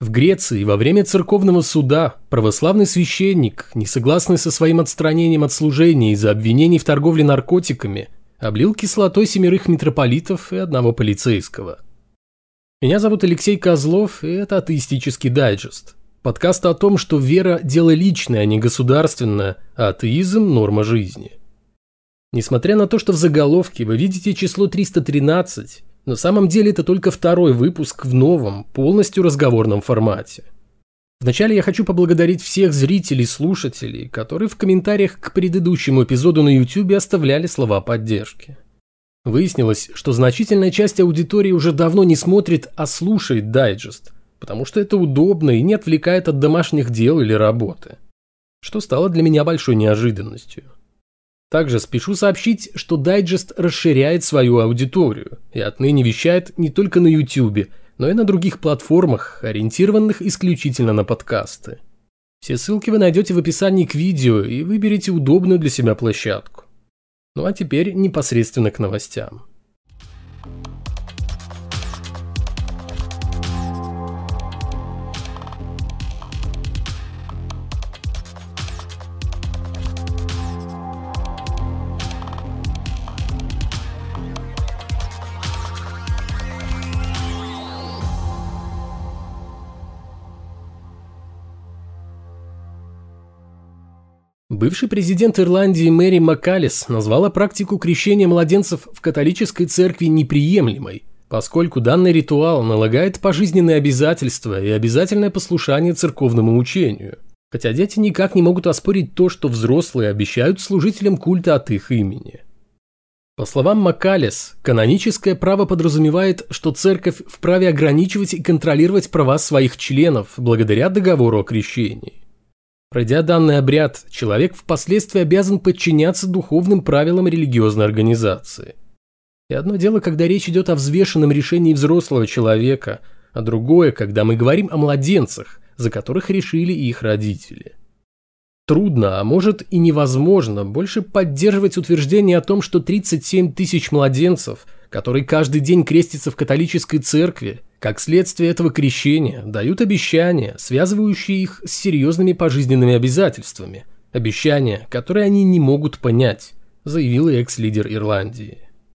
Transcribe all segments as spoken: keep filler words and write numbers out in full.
В Греции во время церковного суда православный священник, не согласный со своим отстранением от служения из-за обвинений в торговле наркотиками, облил кислотой семерых митрополитов и одного полицейского. Меня зовут Алексей Козлов, и это «Атеистический дайджест». Подкаст о том, что вера – дело личное, а не государственное, а атеизм – норма жизни. Несмотря на то, что в заголовке вы видите число триста тринадцать, на самом деле это только второй выпуск в новом, полностью разговорном формате. Вначале я хочу поблагодарить всех зрителей и слушателей, которые в комментариях к предыдущему эпизоду на YouTube оставляли слова поддержки. Выяснилось, что значительная часть аудитории уже давно не смотрит, а слушает дайджест, потому что это удобно и не отвлекает от домашних дел или работы, что стало для меня большой неожиданностью. Также спешу сообщить, что дайджест расширяет свою аудиторию и отныне вещает не только на YouTube, но и на других платформах, ориентированных исключительно на подкасты. Все ссылки вы найдете в описании к видео и выберите удобную для себя площадку. Ну а теперь непосредственно к новостям. Бывший президент Ирландии Мэри МакКаллес назвала практику крещения младенцев в католической церкви неприемлемой, поскольку данный ритуал налагает пожизненные обязательства и обязательное послушание церковному учению, хотя дети никак не могут оспорить то, что взрослые обещают служителям культа от их имени. По словам МакКаллес, каноническое право подразумевает, что церковь вправе ограничивать и контролировать права своих членов благодаря договору о крещении. Пройдя данный обряд, человек впоследствии обязан подчиняться духовным правилам религиозной организации. И одно дело, когда речь идет о взвешенном решении взрослого человека, а другое, когда мы говорим о младенцах, за которых решили их родители. Трудно, а может и невозможно, больше поддерживать утверждение о том, что тридцать семь тысяч младенцев, которые каждый день крестятся в католической церкви, как следствие этого крещения, дают обещания, связывающие их с серьезными пожизненными обязательствами. Обещания, которые они не могут понять, заявила экс-лидер Ирландии.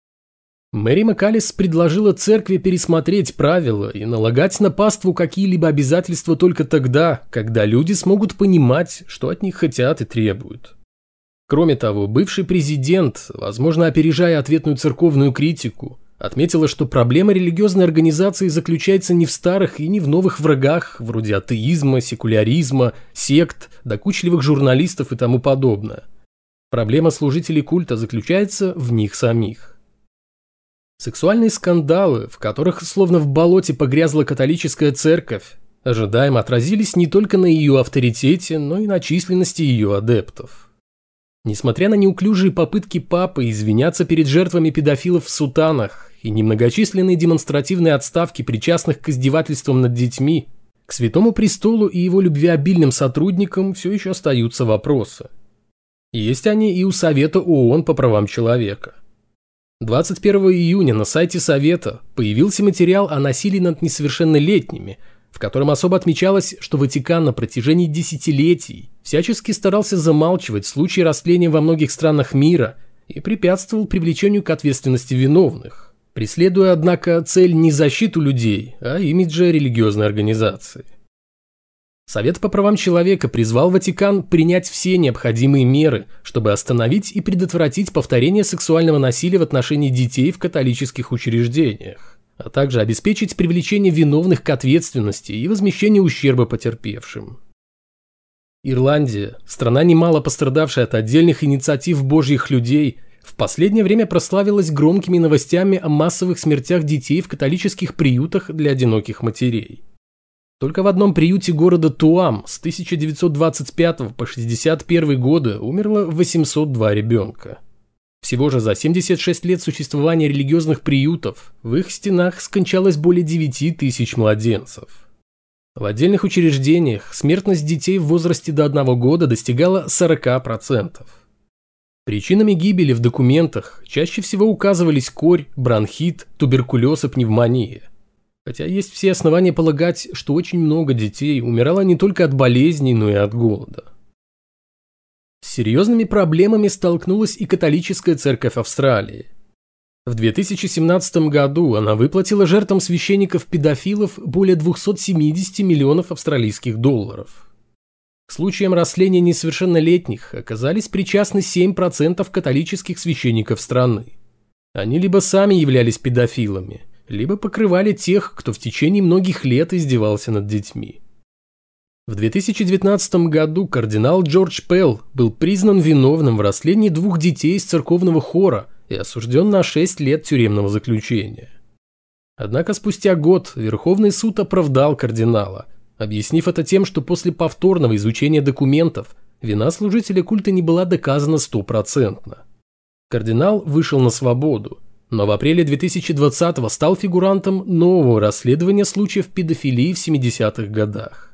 Мэри МакКаллес предложила церкви пересмотреть правила и налагать на паству какие-либо обязательства только тогда, когда люди смогут понимать, что от них хотят и требуют. Кроме того, бывший президент, возможно, опережая ответную церковную критику, отметила, что проблема религиозной организации заключается не в старых и не в новых врагах, вроде атеизма, секуляризма, сект, докучливых журналистов и тому подобное. Проблема служителей культа заключается в них самих. Сексуальные скандалы, в которых словно в болоте погрязла католическая церковь, ожидаемо отразились не только на ее авторитете, но и на численности ее адептов. Несмотря на неуклюжие попытки папы извиняться перед жертвами педофилов в сутанах и немногочисленные демонстративные отставки причастных к издевательствам над детьми, к Святому Престолу и его любвеобильным сотрудникам все еще остаются вопросы. Есть они и у Совета ООН по правам человека. двадцать первого июня на сайте Совета появился материал о насилии над несовершеннолетними, в котором особо отмечалось, что Ватикан на протяжении десятилетий всячески старался замалчивать случаи растления во многих странах мира и препятствовал привлечению к ответственности виновных, преследуя, однако, цель не защиту людей, а имиджа религиозной организации. Совет по правам человека призвал Ватикан принять все необходимые меры, чтобы остановить и предотвратить повторение сексуального насилия в отношении детей в католических учреждениях, а также обеспечить привлечение виновных к ответственности и возмещение ущерба потерпевшим. Ирландия, страна немало пострадавшая от отдельных инициатив божьих людей, в последнее время прославилась громкими новостями о массовых смертях детей в католических приютах для одиноких матерей. Только в одном приюте города Туам с тысяча девятьсот двадцать пятого по шестьдесят первый годы умерло восемьсот два ребенка. Всего же за семьдесят шесть лет существования религиозных приютов в их стенах скончалось более девяти тысяч младенцев. В отдельных учреждениях смертность детей в возрасте до одного года достигала сорока процентов. Причинами гибели в документах чаще всего указывались корь, бронхит, туберкулез и пневмония. Хотя есть все основания полагать, что очень много детей умирало не только от болезней, но и от голода. С серьезными проблемами столкнулась и католическая церковь Австралии. В две тысячи семнадцатом году она выплатила жертвам священников-педофилов более двухсот семидесяти миллионов австралийских долларов. К случаям растления несовершеннолетних оказались причастны семь процентов католических священников страны. Они либо сами являлись педофилами, либо покрывали тех, кто в течение многих лет издевался над детьми. В две тысячи девятнадцатом году кардинал Джордж Пелл был признан виновным в растлении двух детей из церковного хора и осужден на шесть лет тюремного заключения. Однако спустя год Верховный суд оправдал кардинала, объяснив это тем, что после повторного изучения документов вина служителя культа не была доказана стопроцентно. Кардинал вышел на свободу, но в апреле две тысячи двадцатого стал фигурантом нового расследования случаев педофилии в семидесятых годах.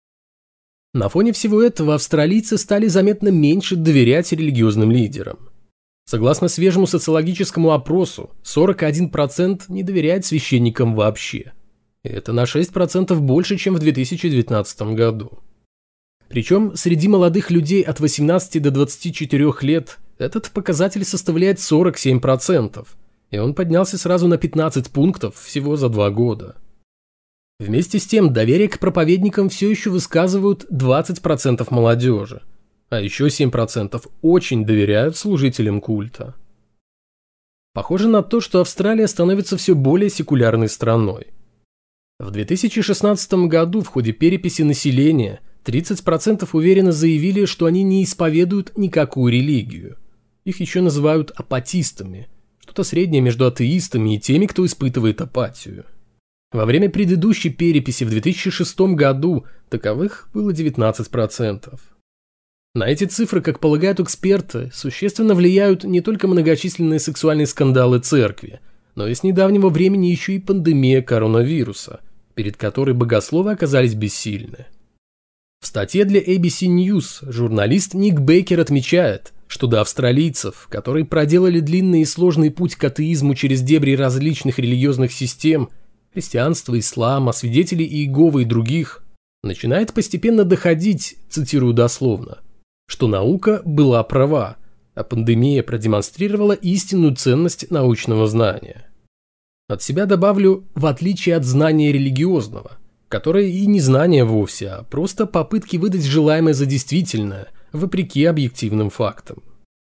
На фоне всего этого австралийцы стали заметно меньше доверять религиозным лидерам. Согласно свежему социологическому опросу, сорок один процент не доверяет священникам вообще. И это на шесть процентов больше, чем в две тысячи девятнадцатом году. Причем среди молодых людей от восемнадцати до двадцати четырёх лет этот показатель составляет сорок семь процентов, и он поднялся сразу на пятнадцать пунктов всего за два года. Вместе с тем, доверие к проповедникам все еще высказывают двадцать процентов молодежи, а еще семь процентов очень доверяют служителям культа. Похоже на то, что Австралия становится все более секулярной страной. В две тысячи шестнадцатом году в ходе переписи населения тридцать процентов уверенно заявили, что они не исповедуют никакую религию. Их еще называют апатистами, что-то среднее между атеистами и теми, кто испытывает апатию. Во время предыдущей переписи в две тысячи шестом году таковых было девятнадцать процентов. На эти цифры, как полагают эксперты, существенно влияют не только многочисленные сексуальные скандалы церкви, но и с недавнего времени еще и пандемия коронавируса, перед которой богословы оказались бессильны. В статье для эй би си News журналист Ник Бейкер отмечает, что до австралийцев, которые проделали длинный и сложный путь к атеизму через дебри различных религиозных систем, христианства, ислама, свидетелей Иеговы и других, начинает постепенно доходить, цитирую дословно, что наука была права, а пандемия продемонстрировала истинную ценность научного знания. От себя добавлю, в отличие от знания религиозного, которое и не знание вовсе, а просто попытки выдать желаемое за действительное, вопреки объективным фактам.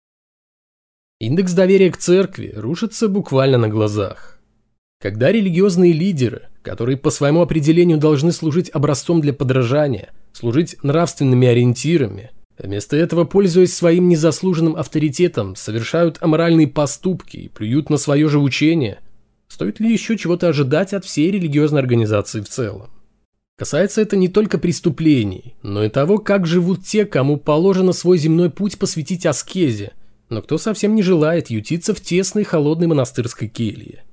Индекс доверия к церкви рушится буквально на глазах. Когда религиозные лидеры, которые по своему определению должны служить образцом для подражания, служить нравственными ориентирами, вместо этого, пользуясь своим незаслуженным авторитетом, совершают аморальные поступки и плюют на свое же учение, стоит ли еще чего-то ожидать от всей религиозной организации в целом? Касается это не только преступлений, но и того, как живут те, кому положено свой земной путь посвятить аскезе, но кто совсем не желает ютиться в тесной холодной монастырской келье.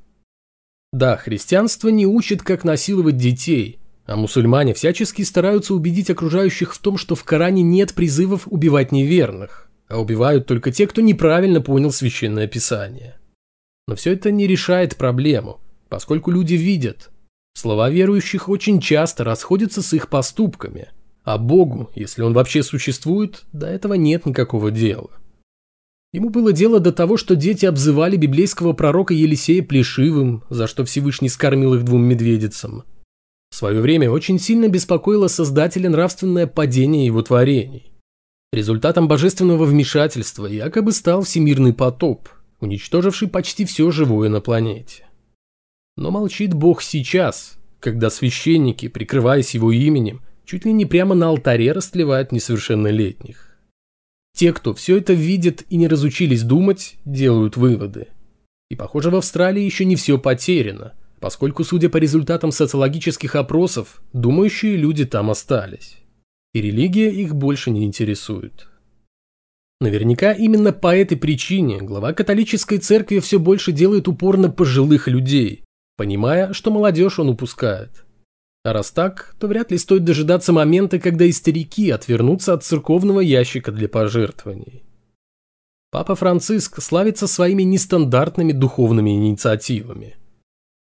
Да, христианство не учит, как насиловать детей, а мусульмане всячески стараются убедить окружающих в том, что в Коране нет призывов убивать неверных, а убивают только те, кто неправильно понял священное писание. Но все это не решает проблему, поскольку люди видят, слова верующих очень часто расходятся с их поступками, а Богу, если он вообще существует, до этого нет никакого дела. Ему было дело до того, что дети обзывали библейского пророка Елисея плешивым, за что Всевышний скормил их двум медведицам. В свое время очень сильно беспокоило Создателя нравственное падение его творений. Результатом божественного вмешательства якобы стал всемирный потоп, уничтоживший почти все живое на планете. Но молчит Бог сейчас, когда священники, прикрываясь его именем, чуть ли не прямо на алтаре растлевают несовершеннолетних. Те, кто все это видит и не разучились думать, делают выводы. И, похоже, в Австралии еще не все потеряно, поскольку, судя по результатам социологических опросов, думающие люди там остались. И религия их больше не интересует. Наверняка именно по этой причине глава католической церкви все больше делает упор на пожилых людей, понимая, что молодежь он упускает. А раз так, то вряд ли стоит дожидаться момента, когда и старики отвернутся от церковного ящика для пожертвований. Папа Франциск славится своими нестандартными духовными инициативами.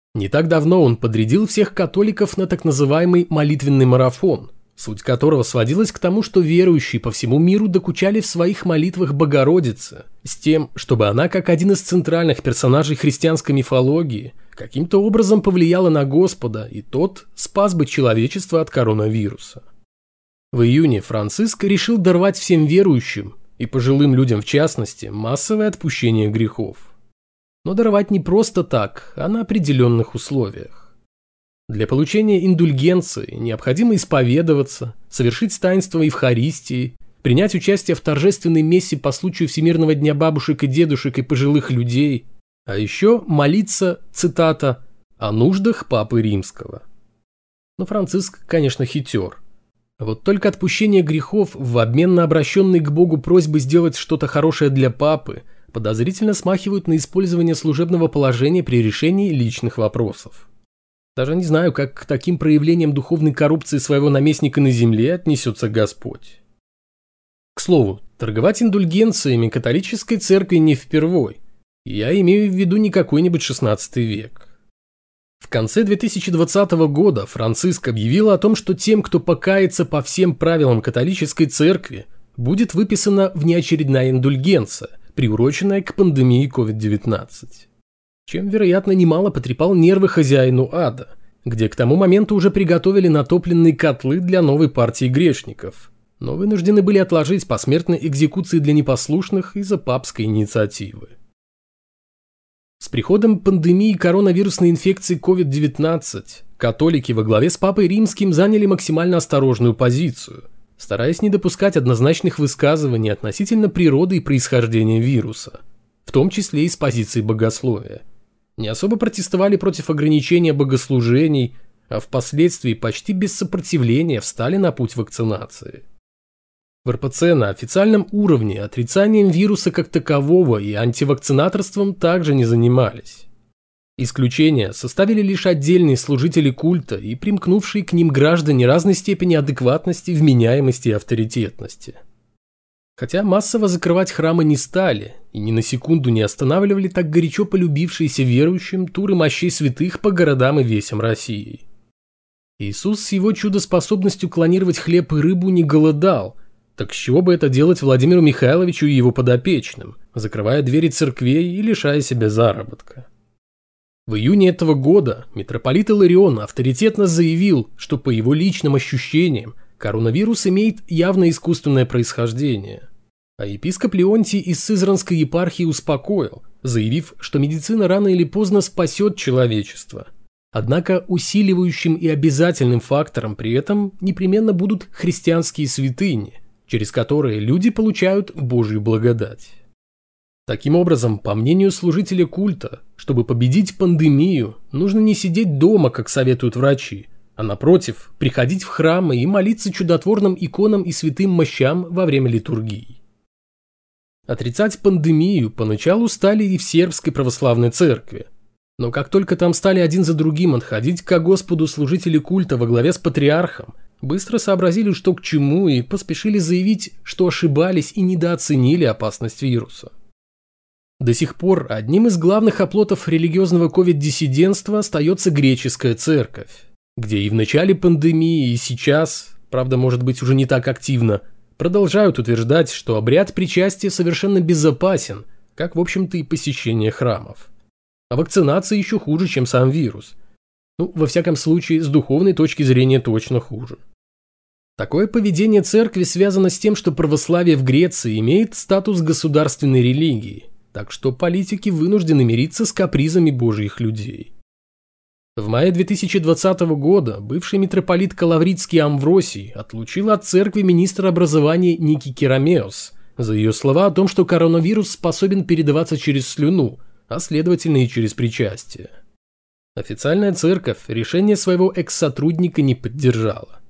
Не так давно он подрядил всех католиков на так называемый молитвенный марафон, суть которого сводилась к тому, что верующие по всему миру докучали в своих молитвах Богородице, с тем, чтобы она, как один из центральных персонажей христианской мифологии, каким-то образом повлияла на Господа, и тот спас бы человечество от коронавируса. В июне Франциск решил даровать всем верующим, и пожилым людям в частности, массовое отпущение грехов. Но даровать не просто так, а на определенных условиях. Для получения индульгенции необходимо исповедоваться, совершить таинство Евхаристии, принять участие в торжественной мессе по случаю Всемирного дня бабушек и дедушек и пожилых людей, а еще молиться, цитата, «о нуждах Папы Римского». Но Франциск, конечно, хитер. Вот только отпущение грехов в обмен на обращенные к Богу просьбы сделать что-то хорошее для Папы подозрительно смахивают на использование служебного положения при решении личных вопросов. Даже не знаю, как к таким проявлениям духовной коррупции своего наместника на земле отнесется Господь. К слову, торговать индульгенциями католической церкви не впервой. Я имею в виду не какой-нибудь шестнадцатый век. В конце две тысячи двадцатого года Франциск объявил о том, что тем, кто покается по всем правилам католической церкви, будет выписана внеочередная индульгенция, приуроченная к пандемии ковид девятнадцать. Чем, вероятно, немало потрепал нервы хозяину ада, где к тому моменту уже приготовили натопленные котлы для новой партии грешников, но вынуждены были отложить посмертные экзекуции для непослушных из-за папской инициативы. С приходом пандемии коронавирусной инфекции ковид девятнадцать католики во главе с Папой Римским заняли максимально осторожную позицию, стараясь не допускать однозначных высказываний относительно природы и происхождения вируса, в том числе и с позиции богословия. Не особо протестовали против ограничения богослужений, а впоследствии почти без сопротивления встали на путь вакцинации. В эр пэ цэ на официальном уровне отрицанием вируса как такового и антивакцинаторством также не занимались. Исключения составили лишь отдельные служители культа и примкнувшие к ним граждане разной степени адекватности, вменяемости и авторитетности. Хотя массово закрывать храмы не стали и ни на секунду не останавливали так горячо полюбившиеся верующим туры мощей святых по городам и весям России. Иисус с его чудоспособностью клонировать хлеб и рыбу не голодал. Так с чего бы это делать Владимиру Михайловичу и его подопечным, закрывая двери церквей и лишая себя заработка? В июне этого года митрополит Иларион авторитетно заявил, что по его личным ощущениям коронавирус имеет явно искусственное происхождение. А епископ Леонтий из Сызранской епархии успокоил, заявив, что медицина рано или поздно спасет человечество. Однако усиливающим и обязательным фактором при этом непременно будут христианские святыни, через которые люди получают Божью благодать. Таким образом, по мнению служителя культа, чтобы победить пандемию, нужно не сидеть дома, как советуют врачи, а напротив, приходить в храмы и молиться чудотворным иконам и святым мощам во время литургии. Отрицать пандемию поначалу стали и в сербской православной церкви, но как только там стали один за другим отходить ко Господу служители культа во главе с патриархом, быстро сообразили, что к чему, и поспешили заявить, что ошибались и недооценили опасность вируса. До сих пор одним из главных оплотов религиозного ковид-диссидентства остается греческая церковь, где и в начале пандемии, и сейчас, правда, может быть, уже не так активно, продолжают утверждать, что обряд причастия совершенно безопасен, как, в общем-то, и посещение храмов. А вакцинация еще хуже, чем сам вирус. Ну, во всяком случае, с духовной точки зрения точно хуже. Такое поведение церкви связано с тем, что православие в Греции имеет статус государственной религии, так что политики вынуждены мириться с капризами божьих людей. В мае две тысячи двадцатого года бывший митрополит Калавритский Амвросий отлучил от церкви министра образования Ники Керамеос за ее слова о том, что коронавирус способен передаваться через слюну, а следовательно и через причастие. Официальная церковь решение своего экс-сотрудника не поддержала.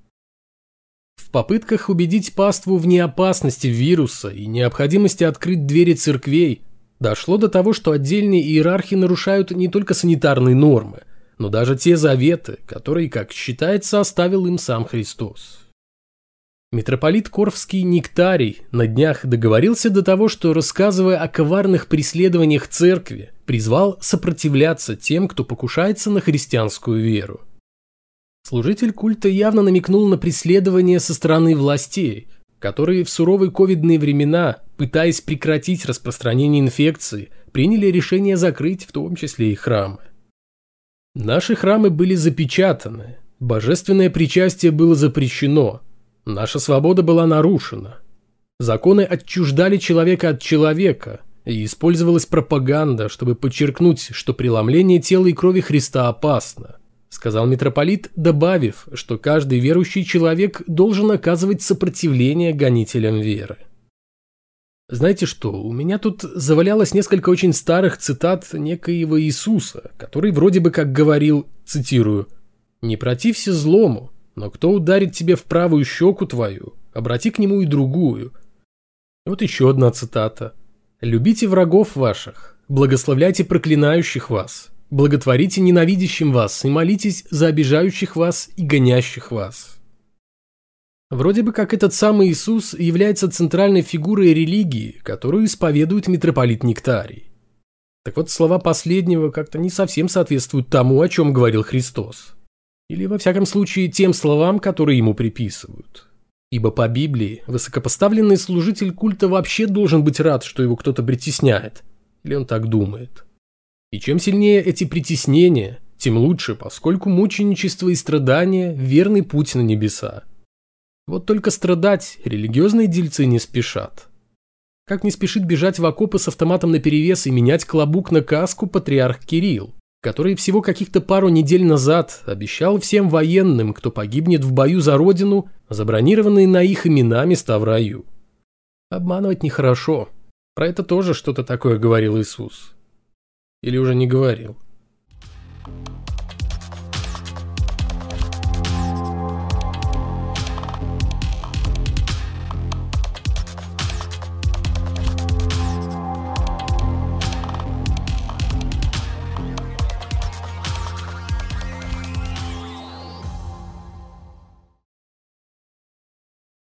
В попытках убедить паству в неопасности вируса и необходимости открыть двери церквей дошло до того, что отдельные иерархи нарушают не только санитарные нормы, но даже те заветы, которые, как считается, оставил им сам Христос. Митрополит Корфский Нектарий на днях договорился до того, что, рассказывая о коварных преследованиях церкви, призвал сопротивляться тем, кто покушается на христианскую веру. Служитель культа явно намекнул на преследование со стороны властей, которые в суровые ковидные времена, пытаясь прекратить распространение инфекции, приняли решение закрыть в том числе и храмы. Наши храмы были запечатаны, божественное причастие было запрещено, наша свобода была нарушена. Законы отчуждали человека от человека, и использовалась пропаганда, чтобы подчеркнуть, что преломление тела и крови Христа опасно, сказал митрополит, добавив, что каждый верующий человек должен оказывать сопротивление гонителям веры. Знаете что, у меня тут завалялось несколько очень старых цитат некоего Иисуса, который вроде бы как говорил, цитирую, «Не протився злому, но кто ударит тебе в правую щеку твою, обрати к нему и другую». Вот еще одна цитата. «Любите врагов ваших, благословляйте проклинающих вас, благотворите ненавидящим вас и молитесь за обижающих вас и гонящих вас». Вроде бы как этот самый Иисус является центральной фигурой религии, которую исповедует митрополит Нектарий. Так вот, слова последнего как-то не совсем соответствуют тому, о чем говорил Христос. Или, во всяком случае, тем словам, которые ему приписывают. Ибо по Библии высокопоставленный служитель культа вообще должен быть рад, что его кто-то притесняет. Или он так думает. И чем сильнее эти притеснения, тем лучше, поскольку мученичество и страдания – верный путь на небеса. Вот только страдать религиозные дельцы не спешат. Как не спешит бежать в окопы с автоматом наперевес и менять клобук на каску патриарх Кирилл, который всего каких-то пару недель назад обещал всем военным, кто погибнет в бою за родину, забронированные на их имена места в раю. Обманывать нехорошо. Про это тоже что-то такое говорил Иисус. Или уже не говорил?